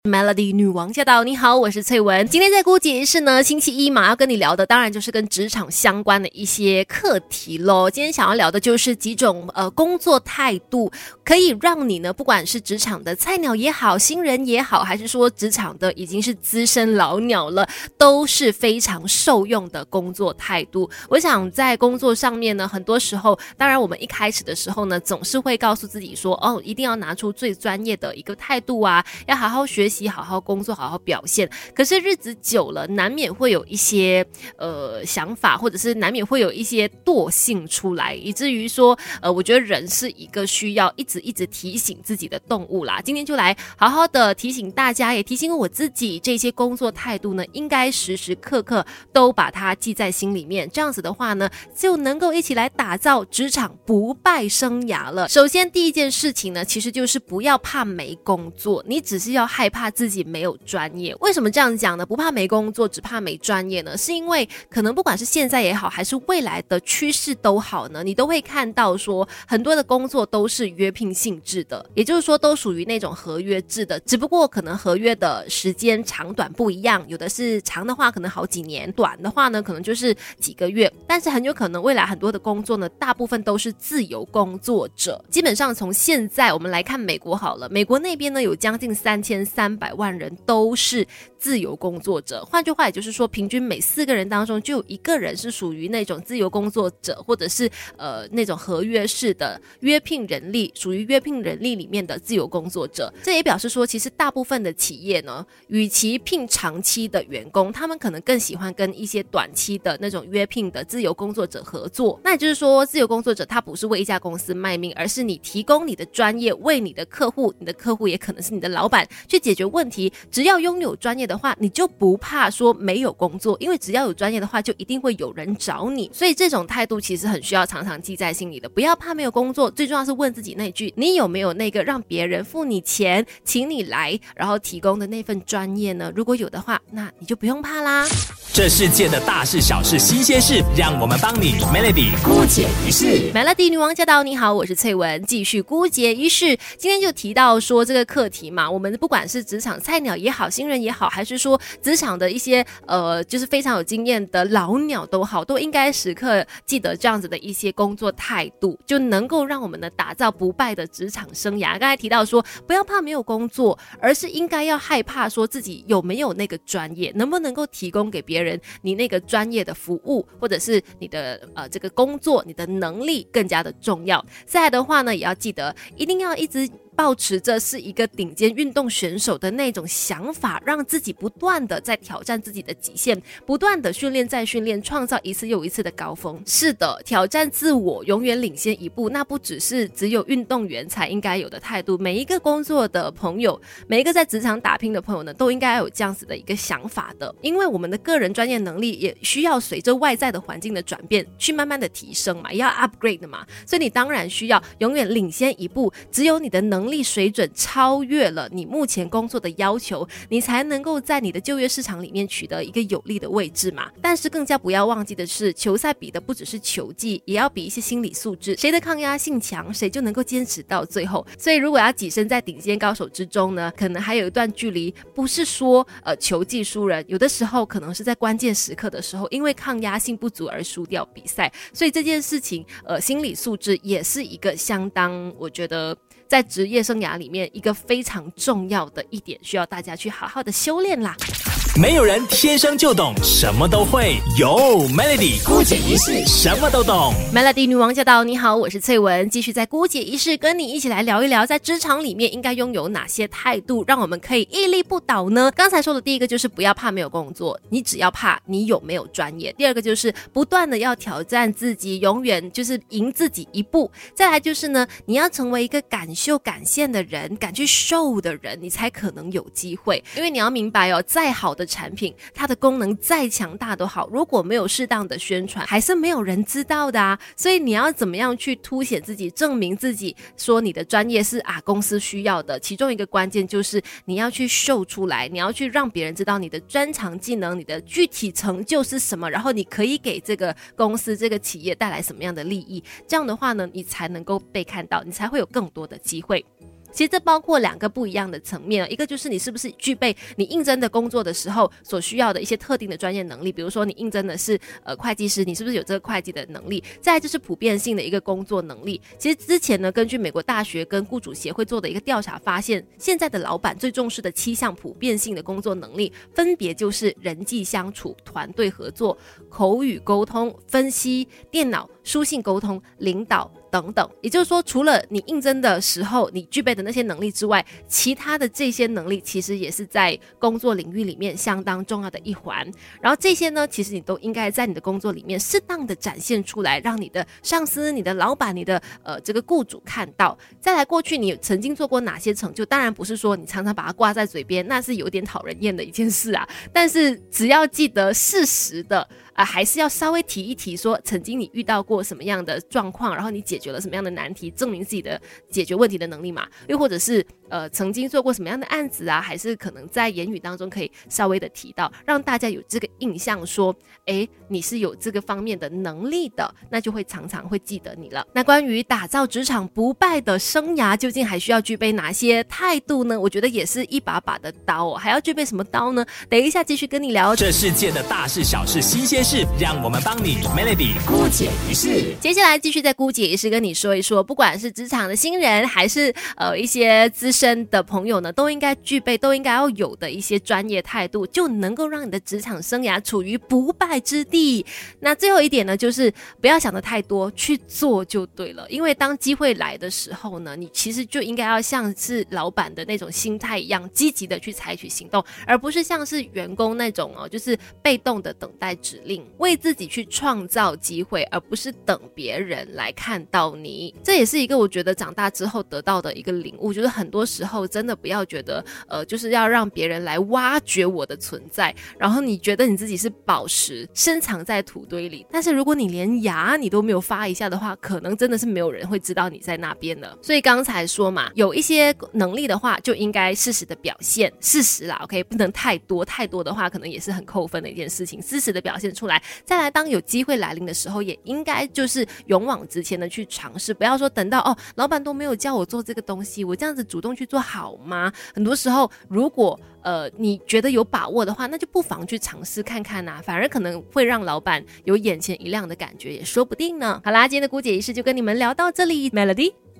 Melody 女王驾到！你好，我是翠文。今天在姑姐是呢，星期一嘛，要跟你聊的当然就是跟职场相关的一些课题咯。今天想要聊的就是几种工作态度，可以让你呢，不管是职场的菜鸟也好，新人也好，还是说职场的已经是资深老鸟了，都是非常受用的工作态度。我想在工作上面呢，很多时候，当然我们一开始的时候呢，总是会告诉自己说，一定要拿出最专业的一个态度啊，要好好学习，好好工作，好好表现。可是日子久了，难免会有一些想法，或者是难免会有一些惰性出来，以至于说我觉得人是一个需要一直提醒自己的动物啦。今天就来好好的提醒大家，也提醒我自己，这些工作态度呢，应该时时刻刻都把它记在心里面。这样子的话呢，就能够一起来打造职场不败生涯了。首先第一件事情呢，其实就是不要怕没工作，你只是要害怕自己没有专业。为什么这样讲呢？不怕没工作，只怕没专业呢？是因为可能不管是现在也好，还是未来的趋势都好呢，你都会看到说很多的工作都是约聘性质的，也就是说都属于那种合约制的，只不过可能合约的时间长短不一样，有的是长的话可能好几年，短的话呢可能就是几个月，但是很有可能未来很多的工作呢，大部分都是自由工作者。基本上从现在我们来看美国好了，美国那边呢有将近3300万人都是自由工作者，换句话也就是说，平均每4个人当中就有1个人是属于那种自由工作者，或者是那种合约式的约聘人力，属于约聘人力里面的自由工作者。这也表示说，其实大部分的企业呢，与其聘长期的员工，他们可能更喜欢跟一些短期的那种约聘的自由工作者合作。那也就是说，自由工作者他不是为一家公司卖命，而是你提供你的专业，为你的客户，你的客户也可能是你的老板，去解决问题。只要拥有专业的话，你就不怕说没有工作，因为只要有专业的话，就一定会有人找你。所以这种态度其实很需要常常记在心里的，不要怕没有工作，最重要是问自己那句，你有没有那个让别人付你钱请你来然后提供的那份专业呢？如果有的话，那你就不用怕啦。 这世界的大事小事新鲜事，让我们帮你 Melody 姑姐一事。 Melody 女王驾到！你好，我是翠文，继续姑姐一事。今天就提到说这个课题嘛，我们不管是职场菜鸟也好，新人也好，还是说职场的一些就是非常有经验的老鸟都好，都应该时刻记得这样子的一些工作态度，就能够让我们呢打造不败的职场生涯。刚才提到说不要怕没有工作，而是应该要害怕说自己有没有那个专业，能不能够提供给别人你那个专业的服务，或者是你的这个工作，你的能力更加的重要。再来的话呢，也要记得一定要一直抱持着是一个顶尖运动选手的那种想法，让自己不断的在挑战自己的极限，不断的训练再训练，创造一次又一次的高峰。是的，挑战自我，永远领先一步，那不只有运动员才应该有的态度，每一个工作的朋友，每一个在职场打拼的朋友呢，都应该要有这样子的一个想法的。因为我们的个人专业能力也需要随着外在的环境的转变去慢慢的提升嘛，也要 upgrade 的嘛，所以你当然需要永远领先一步，只有你的能力水准超越了你目前工作的要求，你才能够在你的就业市场里面取得一个有利的位置嘛。但是更加不要忘记的是，球赛比的不只是球技，也要比一些心理素质，谁的抗压性强，谁就能够坚持到最后。所以如果要跻身在顶尖高手之中呢，可能还有一段距离，不是说球技输人，有的时候可能是在关键时刻的时候，因为抗压性不足而输掉比赛。所以这件事情心理素质也是一个相当，我觉得在职业生涯里面一个非常重要的一点，需要大家去好好的修炼啦。 没有人天生就懂什么都会，有 Melody 姑姐一事什么都懂。 Melody 女王驾到！你好，我是翠文，继续在姑姐一事跟你一起来聊一聊，在职场里面应该拥有哪些态度，让我们可以屹立不倒呢？刚才说的第一个就是不要怕没有工作，你只要怕你有没有专业。第二个就是不断的要挑战自己，永远就是赢自己一步。再来就是呢，你要成为一个敢秀敢现的人，敢去 show 的人，你才可能有机会。因为你要明白哦，再好的产品，它的功能再强大都好，如果没有适当的宣传，还是没有人知道的啊。所以你要怎么样去凸显自己，证明自己，说你的专业是公司需要的，其中一个关键就是你要去秀出来，你要去让别人知道你的专长技能，你的具体成就是什么，然后你可以给这个公司这个企业带来什么样的利益。这样的话呢，你才能够被看到，你才会有更多的机会。 其实这包括2个不一样的层面，一个就是你是不是具备你应征的工作的时候所需要的一些特定的专业能力，比如说你应征的是会计师，你是不是有这个会计的能力？再来就是普遍性的一个工作能力。其实之前呢，根据美国大学跟雇主协会做的一个调查发现，现在的老板最重视的7项普遍性的工作能力，分别就是人际相处、团队合作、口语沟通、分析、电脑、书信沟通、领导等等。也就是说，除了你应征的时候你具备的那些能力之外，其他的这些能力其实也是在工作领域里面相当重要的一环。然后这些呢，其实你都应该在你的工作里面适当的展现出来，让你的上司、你的老板、你的这个雇主看到。再来，过去你曾经做过哪些成就，当然不是说你常常把它挂在嘴边，那是有点讨人厌的一件事啊。但是只要记得适时的还是要稍微提一提说曾经你遇到过什么样的状况，然后你解决了什么样的难题，证明自己的解决问题的能力嘛。又或者是曾经做过什么样的案子啊，还是可能在言语当中可以稍微的提到，让大家有这个印象说你是有这个方面的能力的，那就会常常会记得你了。那关于打造职场不败的生涯，究竟还需要具备哪些态度呢？我觉得也是一把把的刀还要具备什么刀呢？等一下继续跟你聊这世界的大事小事新鲜事，让我们帮你 Melody 姑解一世。 接下来继续在姑解一世跟你说一说，不管是职场的新人还是一些资深的朋友呢，都应该具备都应该要有的一些专业态度，就能够让你的职场生涯处于不败之地。那最后一点呢，就是不要想得太多，去做就对了。因为当机会来的时候呢，你其实就应该要像是老板的那种心态一样，积极的去采取行动，而不是像是员工那种就是被动的等待指令，为自己去创造机会，而不是等别人来看到你。这也是一个我觉得长大之后得到的一个领悟，就是很多时候真的不要觉得就是要让别人来挖掘我的存在，然后你觉得你自己是宝石深藏在土堆里，但是如果你连芽你都没有发一下的话，可能真的是没有人会知道你在那边了。所以刚才说嘛，有一些能力的话就应该适时的表现，适时啦 OK， 不能太多，太多的话可能也是很扣分的一件事情，适时的表现出来。再来，当有机会来临的时候，也应该就是勇往直前的去尝试，不要说等到老板都没有叫我做这个东西，我这样子主动去做好吗？很多时候如果你觉得有把握的话，那就不妨去尝试看看啊，反而可能会让老板有眼前一亮的感觉，也说不定呢。好啦，今天的姑姐仪式就跟你们聊到这里 ，Melody。